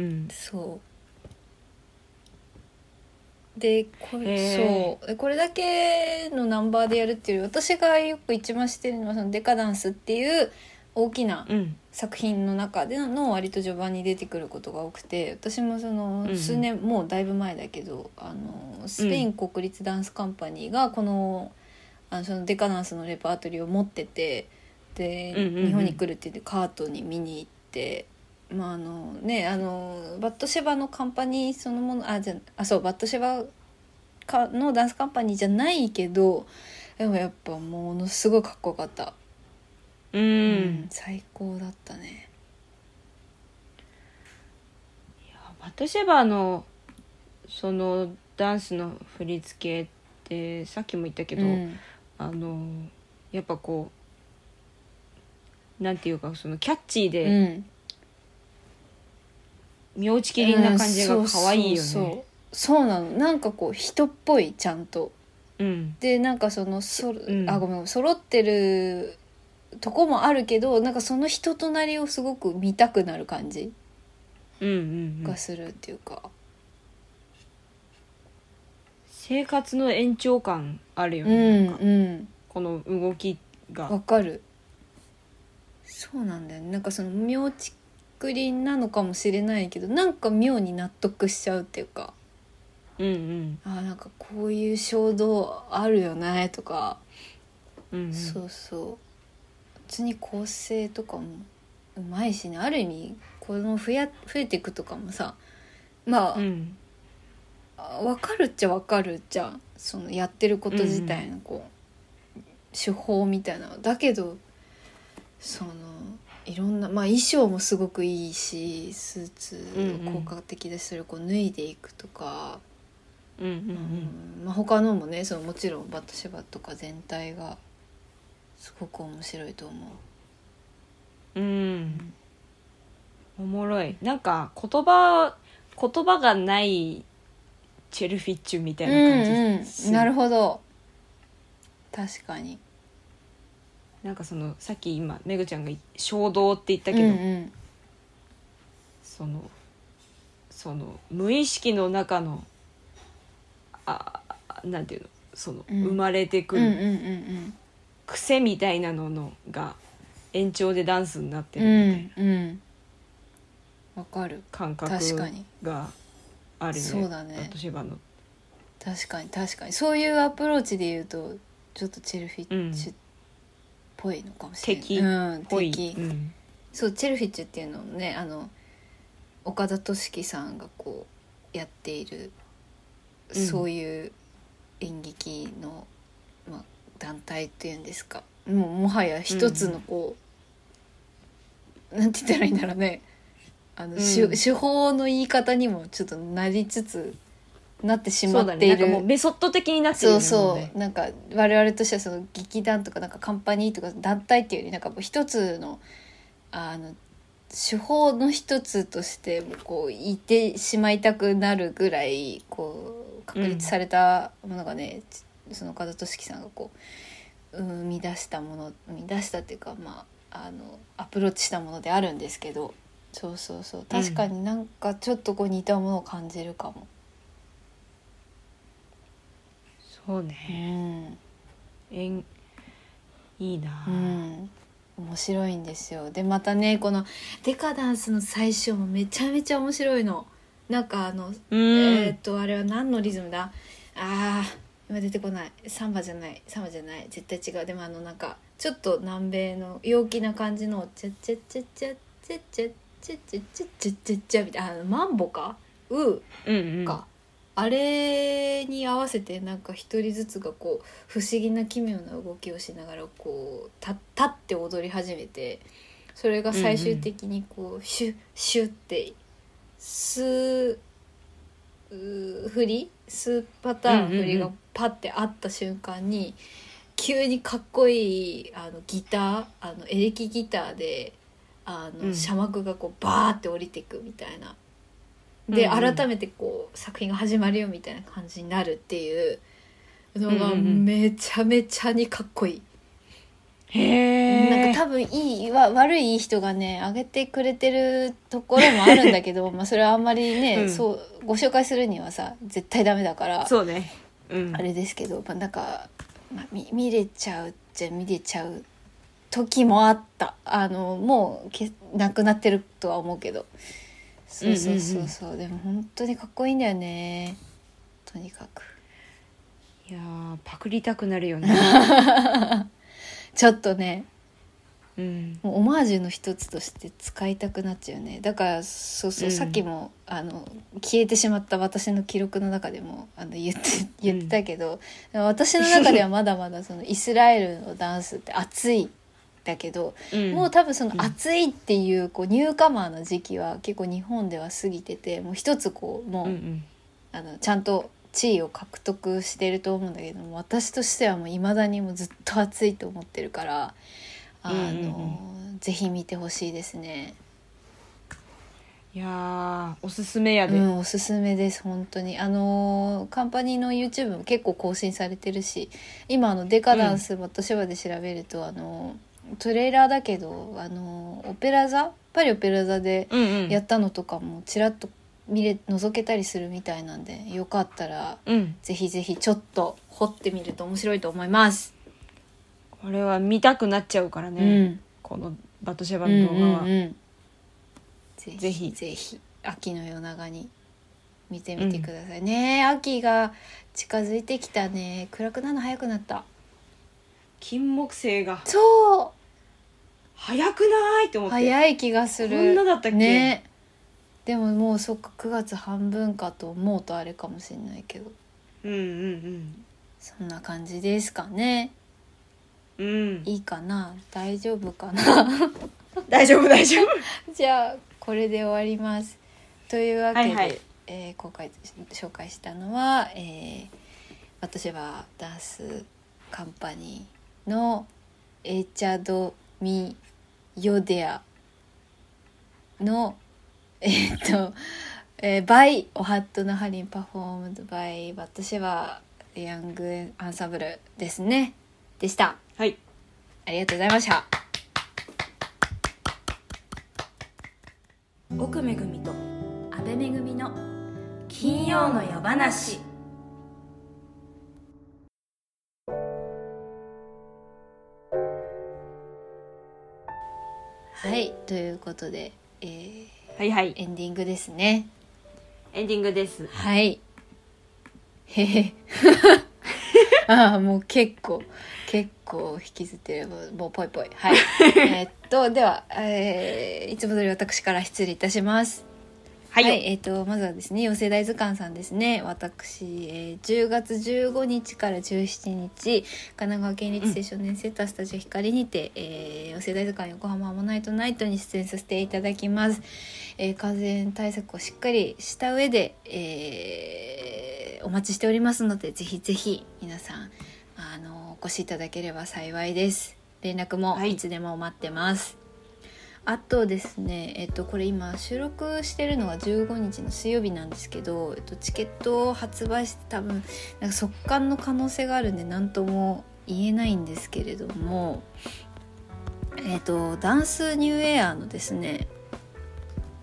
そうでこれそうこれだけのナンバーでやるっていうより、私がよく一番知ってるのはそのデカダンスっていう大きな作品の中での割と序盤に出てくることが多くて、私もその数年、うんうん、もうだいぶ前だけど、あのスペイン国立ダンスカンパニーがこの、あのそのデカダンスのレパートリーを持ってて、で、うんうんうん、日本に来るって言ってカートに見に行って、まああのね、あのバットシェバのカンパニーそのものあじゃあそうバットシェバかのダンスカンパニーじゃないけど、でもやっぱものすごいかっこよかった。 うん、うん、 最高だったね。 いやバトシェバのそのダンスの振り付けってさっきも言ったけど、うん、あのやっぱこうなんていうかそのキャッチーで、うん、妙ちきりんな感じが可愛いよね、うん、そうそうそうそうなの。なんかこう人っぽいちゃんと、 うん、 でなんかそのそ、うん、あごめん揃ってるとこもあるけど、なんかその人となりをすごく見たくなる感じがするっていうか、 うんうんうん、生活の延長感あるよね、うん、なんか、うん、この動きがわかる。そうなんだよね。なんかその妙ちくりんなのかもしれないけど、なんか妙に納得しちゃうっていうか、 うんうん、 あなんかこういう衝動あるよねとか、 うんうん、 そうそう普通に構成とかもうまいしね。ある意味この増や増えていくとかもさ、まあ、うん、分かるっちゃ分かるじゃん、そのやってること自体のこう、うん、手法みたいなのだけど、そのいろんな、まあ、衣装もすごくいいし、スーツ効果的でそれをこう脱いでいくとか、 うんうんうんうんまあ、他のもね、そのもちろんバットシェバとか全体がすごく面白いと思う。うん、おもろい。なんか言葉言葉がないチェルフィッチュみたいな感じ、 うんうん、なるほど、確かに。 なんかそのさっき今めぐちゃんが衝動って言ったけど、うんうん、そのその無意識の中のあなんていうの、その、うん、生まれてくる、うんうんうんうん、癖みたいなののが延長でダンスになってるみたいな、うんうん、 わかる感覚があるね。 そうだね。 バットシェバの確かに確かにそういうアプローチで言うとちょっとチェルフィッチュっぽいのかもしれない。 敵っぽい、うん、敵、 うん、そうチェルフィッチュっていうのをね、あの岡田敏樹さんがこうやっている、うん、そういう演劇の、まあ、団体っていうんですか、もうもはや一つのこう、うん、なんて言ったらいいんだろうね、あの、うん、手法の言い方にもちょっとなりつつなってしまっている。 そうだね、なんかもうメソッド的になっている、ね、 そうそう、なんか我々としてはその劇団とかなんかカンパニーとか団体っていうよりなんかもう一つのあの手法の一つとしてこういてしまいたくなるぐらいこう確立されたものがね、うん、その岡田敏樹さんがこう生み出したもの生み出したっていうか、まあ、あのアプローチしたものであるんですけど、 そうそうそう確かになんかちょっとこう似たものを感じるかも、 そうね、 うん、 えんいいな、 うん、面白いんですよ。でまたねこのデカダンスの最初もめちゃめちゃ面白いの。なんかあの、 うん、 えー、っとあれは何のリズムだ、あー今出てこない、サンバじゃないサンバじゃない絶対違う。でもあのなんかちょっと南米の陽気な感じのチャチャチャチャチャチャチャチャチャチャチャチャみたいな、あのマンボかうーうんうん、 か、あれに合わせてなんか一人ずつがこう不思議な奇妙な動きをしながらこう立って踊り始めて、それが最終的にこうシュッシュッって数振り数パターン振りがパッてあった瞬間に、急にかっこいいあのギターあのエレキギターであの、うん、車幕がこうバーって降りていくみたいなで、うんうん、改めてこう作品が始まるよみたいな感じになるっていうのがめちゃめちゃにかっこいい。 へー、 なんか多分いいわ悪い人がね上げてくれてるところもあるんだけどまあそれはあんまりね、うん、そうご紹介するにはさ絶対ダメだからそうね、うん、 あれですけど、まあ、なんか、まあ、見, 見れちゃうじゃ見れちゃう時もあった。あのもうけなくなってるとは思うけど、そうそうそうそう、うんうんうん、でも本当にかっこいいんだよねとにかく。 いやーパクりたくなるよねちょっとね、 うん、 もうオマージュの一つとして使いたくなっちゃうね。だからそうそう、うん、さっきもあの消えてしまった私の記録の中でもあの言って言ってたけど、うん、私の中ではまだまだそのイスラエルのダンスって熱いだけど、うん、もう多分その熱いっていう、こうニューカマーの時期は結構日本では過ぎてて、もう一つこうもう、うんうん、あのちゃんと地位を獲得してると思うんだけども、私としてはもう未だにもずっと熱いと思ってるから、あの、うんうんうん、ぜひ見てほしいですね。 いやおすすめやで、 うん、おすすめです本当に。あのカンパニーの YouTube も結構更新されてるし、今あのデカダンス私はで調べると、うん、あのトレーラーだけどあのオペラ座パリオペラ座でやったのとかもちらっと見れ覗けたりするみたいなんで、よかったら、うん、ぜひぜひちょっと掘ってみると面白いと思います。 これは見たくなっちゃうからね、うん、このバトシェバの動画は、うんうんうん、 ぜひぜひぜひ秋の夜長に見てみてください、うん、ね。秋が近づいてきたね。暗くなるの早くなった。 金木犀がそう早くないって思って。 早い気がする。 こんなだったっけ、 ね。でももうそっかくがつ半分かと思うとあれかもしれないけど、 うんうんうん、 そんな感じですかね。 うん、 いいかな、大丈夫かな大丈夫大丈夫じゃあこれで終わりますというわけで、はいはい、えー、今回紹介したのは、えー、私はダンスカンパニーのエチャドミヨデアのえー、っと、えー、バイオハットのハリンパフォームドバイ私はヤングアンサンブルですねでした。 はい、 ありがとうございました。 奥めぐみと阿部めぐみの金曜の夜話。 はいということで、えーはいはい、 エンディングですね。 エンディングです。 はいへへああもう結構結構引きずってる、もうぽいぽい。はいえっとでは、えー、いつも通り私から失礼いたします。はい、はい、えー、とまずはですね、四世代図鑑さんですね。私、えー、じゅうがつじゅうごにちからじゅうしちにち神奈川県立青少年センタースタジオ光にて、うんえー、四世代図鑑横浜アモナイトナイトに出演させていただきます。えー、感染対策をしっかりした上で、えー、お待ちしておりますので、ぜひぜひ皆さんあのお越しいただければ幸いです。連絡もいつでも待ってます。はい、あとですね、えっと、これ今収録してるのがじゅうごにちの水曜日なんですけど、えっと、チケットを発売して多分なんか速乾の可能性があるんで何とも言えないんですけれども、えっと、ダンスニューエアのですね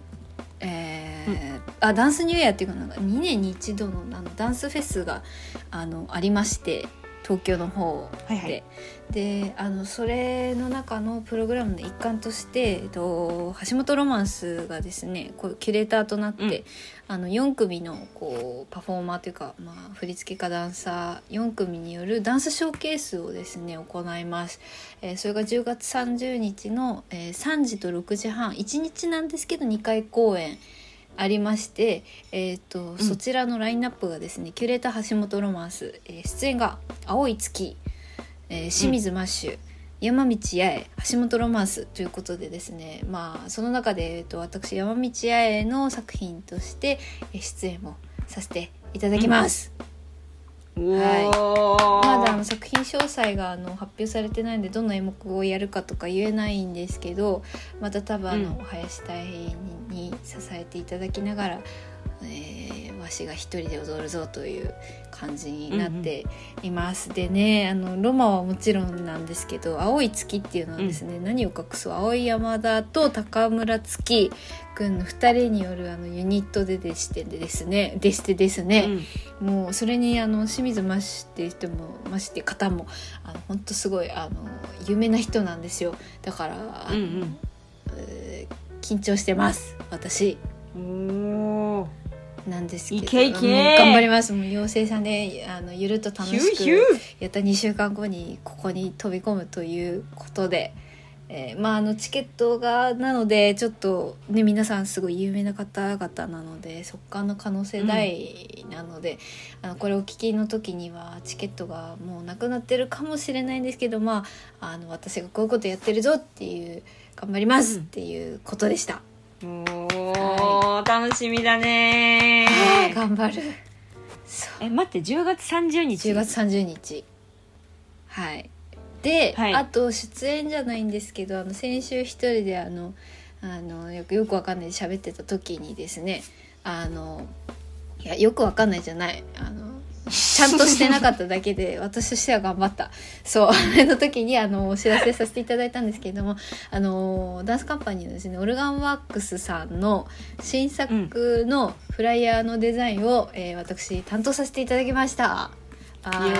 えーうん、あダンスニューイヤーっていうかなんかにねんに一度 の, あのダンスフェスが あ, のありまして、東京の方で、はいはい、であのそれの中のプログラムの一環として、えっと、橋本ロマンスがですねこうキュレーターとなって、うん、あのよん組のこうパフォーマーというか、まあ、振付家ダンサーよん組によるダンスショーケースをですね行います、えー、それがじゅうがつさんじゅうにちの、えー、さんじとろくじはんいちにちなんですけどにかい公演ありまして、えーとうん、そちらのラインナップがですねキュレーター橋本ロマンス、えー、出演が青い月、えー、清水マッシュ、うん、山道八重、橋本ロマンスということでですね、まあその中で、えーと、私山道八重の作品として出演をさせていただきます、うんはい、まだあの作品詳細があの発表されてないのでどの演目をやるかとか言えないんですけど、また多分あの、うん、林大平に支えていただきながら、えー、わしが一人で踊るぞという感じになっています、うんうん、でねあのロマはもちろんなんですけど青い月っていうのはですね、うん、何を隠そう青い山田と高村月くんのふたりによるあのユニットででしてでですねでしてですね、うん、もうそれにあの清水マシっていう人もマシっていう方もあの本当すごいあの有名な人なんですよ。だからあの、うんうんえー、緊張してます私。おなんですけどイケイケ頑張ります。もう妖精さんであのゆるっと楽しくやったにしゅうかんごにここに飛び込むということで、えー、まああのチケットがなのでちょっとね皆さんすごい有名な方々なので速乾の可能性大なので、うん、あのこれお聞きの時にはチケットがもうなくなってるかもしれないんですけど、まああの私がこういうことやってるぞっていう頑張りますっていうことでした。 うん、おー、はい、楽しみだねー。頑張る。 え待ってじゅうがつさんじゅうにち。 じゅうがつさんじゅうにち。はい。で、はい、あと出演じゃないんですけど、あの先週一人であのあのよくよくわかんないで喋ってた時にですね、あのいやよくわかんないじゃないあの。ちゃんとしてなかっただけで私としては頑張ったそうあれの時にあのお知らせさせていただいたんですけれども、あのダンスカンパニーのですねオルガンワックスさんの新作のフライヤーのデザインを、うんえー、私担当させていただきました。あイエ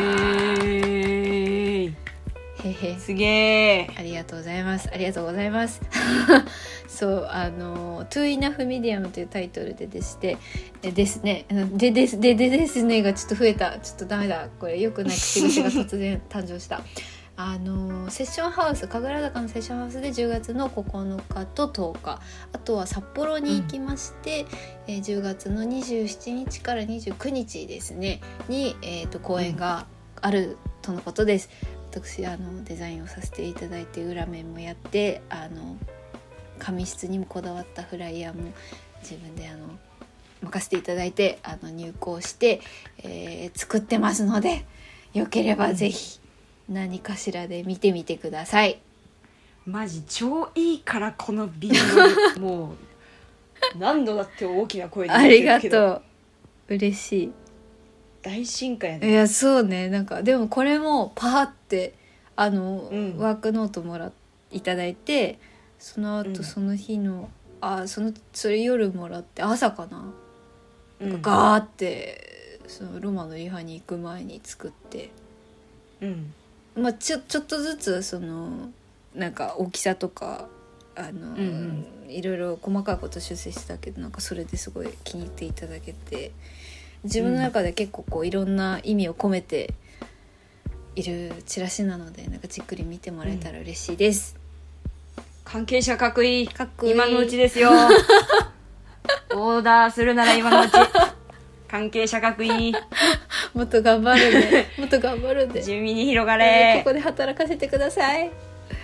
ーイへへすげーありがとうございますありがとうございますそうあの Too Enough Medium というタイトルででしてでですねでですででですねがちょっと増えたちょっとダメだこれ良くない口癖が突然誕生したあのセッションハウス神楽坂のセッションハウスでじゅうがつのここのかととおかあとは札幌に行きまして、うんえー、じゅうがつのにじゅうしちにちからにじゅうくにちですねに、えー、と公演があるとのことです。私あのデザインをさせていただいて裏面もやってあの紙質にもこだわったフライヤーも自分であの任せていただいてあの入稿して、えー、作ってますのでよければぜひ何かしらで見てみてください。 マジ超いいからこのビデオもう何度だって大きな声で言ってるけどありがとう嬉しい大進化やね。 いやそうねなんかでもこれもパーってあの、うん、ワークノートもらいただいてその後その日の、うん、あそのそれ夜もらって朝かな、うん、なんかガーってそのロマのリハに行く前に作って、うんまあ、ちょ、ちょっとずつそのなんか大きさとかあの、うんうん、いろいろ細かいこと修正してたけどなんかそれですごい気に入っていただけて自分の中で結構こういろんな意味を込めているチラシなのでなんかじっくり見てもらえたら嬉しいです、 うん、関係者かっこいいかっこいい今のうちですよオーダーするなら今のうち関係者かっこいいもっと頑張るでもっと頑張るで地味に広がれここで働かせてください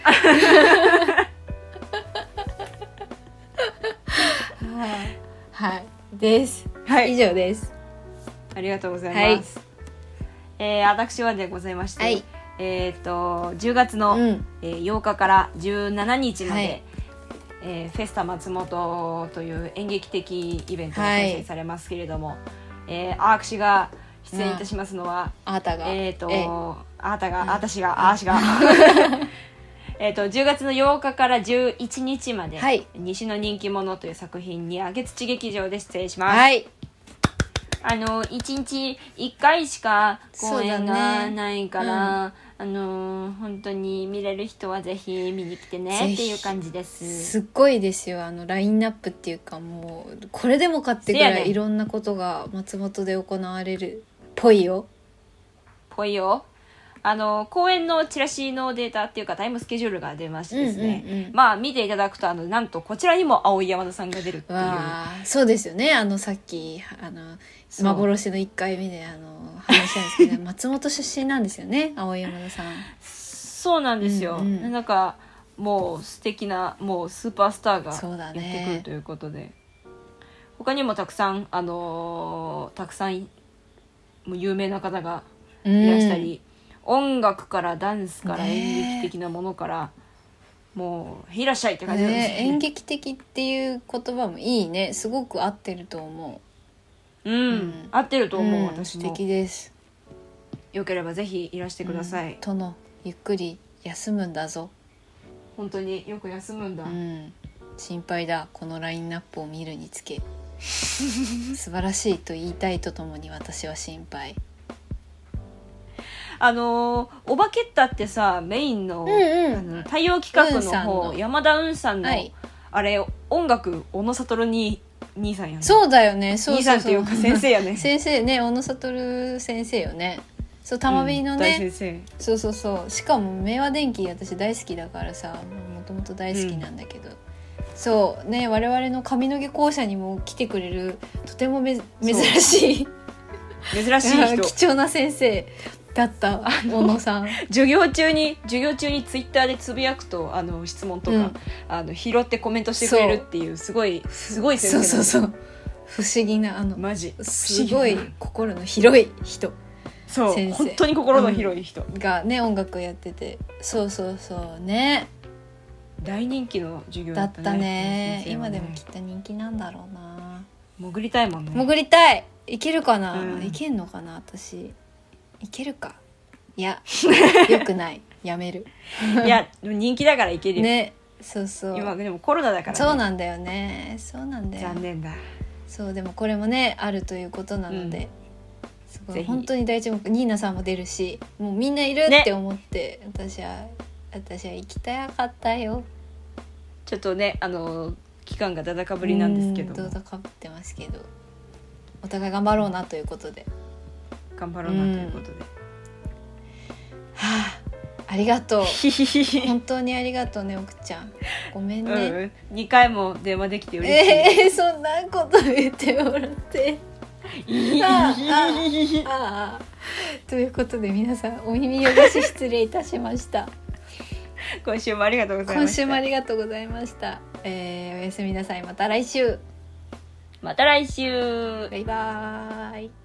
はいはいです、はい、以上ですありがとうございます、はいえー、私はでございまして、はいえー、とじゅうがつの、うんえー、ようかからじゅうしちにちまで、はいえー、フェスタ松本という演劇的イベントが開催されますけれども、はいえー、アークシが出演いたしますのは、 あーたがえーとえー、あーたが、あーたしが、あーしがえーとじゅうがつのようかからじゅういちにちまで、 はい、 西の人気者という作品に明智劇場で出演します。 はい、 あのいちにちいっかいしか公演がないから、ね、うん、あの本当に見れる人はぜひ見に来てねっていう感じです。 すっごいですよ、あのラインナップっていうか、もうこれでもかってぐらいいろんなことが松本で行われるっぽいよぽいよ。あの公演のチラシのデータっていうかタイムスケジュールが出ましてですね、うんうんうん、まあ見ていただくと、あのなんとこちらにも青井山田さんが出るっていう。 わそうですよね、あのさっきあの幻のいっかいめであの話したんですけど松本出身なんですよね、青井山田さん。 そうなんですよ、うんうん、なんかもう素敵なもうスーパースターがやってくるということで、ね、他にもたくさんあのー、たくさんもう有名な方がいらしたり、うん、音楽からダンスから演劇的なものから、ね、もういらっしゃいって感じなんですね。 ね、演劇的っていう言葉もいいね、すごく合ってると思う。うん、うん、合ってると思う、うん、私も。 素敵です。 よければぜひいらしてください。 うん、殿ゆっくり休むんだぞ。 本当によく休むんだ。 うん、心配だ、このラインナップを見るにつけ素晴らしいと言いたいとともに私は心配。 あのー、おばけったってさメイン の,、うんうん、あの太陽企画の方の山田雲さんの、はい、あれ音楽小野悟に兄さんやね。 そうだよね、そうそうそう、 兄さんっていうか先生やね先生ね、小野悟先生よね。そう玉美のね、 うん、大先生。 そうそうそう、しかも明和電機私大好きだからさ、もともと大好きなんだけど、うん、そうね、我々の髪の毛校舎にも来てくれるとてもめ珍しい珍しい人貴重な先生だった小野さん。 授業中に授業中にツイッターでつぶやくとあの質問とか、うん、あの拾ってコメントしてくれるっていうすごいすごい先生。 そうそうそう、不思議なあのマジすごい心の広い人。 そう先生本当に心の広い人、 うん、がね音楽やってて、そうそうそうね、 大人気の授業だったね。だったね。今でもきっと人気なんだろうな。 潜りたいもんね。 潜りたい。いけるかな、 うん、 いけんのかな私。いけるか。いやよくない、やめるいや人気だからいけるよね。そうそう、 今でもコロナだからね。 そうなんだよね、そうなんだよ、 残念だ。 そうでもこれもねあるということなので、うん、すごい本当に大注目。ニーナさんも出るし、もうみんないるって思って、ね、私は私は行きたかったよ。 ちょっとねあの期間がだだかぶりなんですけど、 だだかぶってますけど、お互い頑張ろうなということで、 頑張ろうなということで、うん、 はあ、ありがとう本当にありがとうね奥ちゃん、ごめんね、 うん、にかいも電話できて嬉しい。 えー、そんなこと言ってもらってああああということで皆さんお耳汚し失礼いたしました今週もありがとうございました。 今週もありがとうございました、えー、おやすみなさい。また来週。 また来週。 バイバーイ。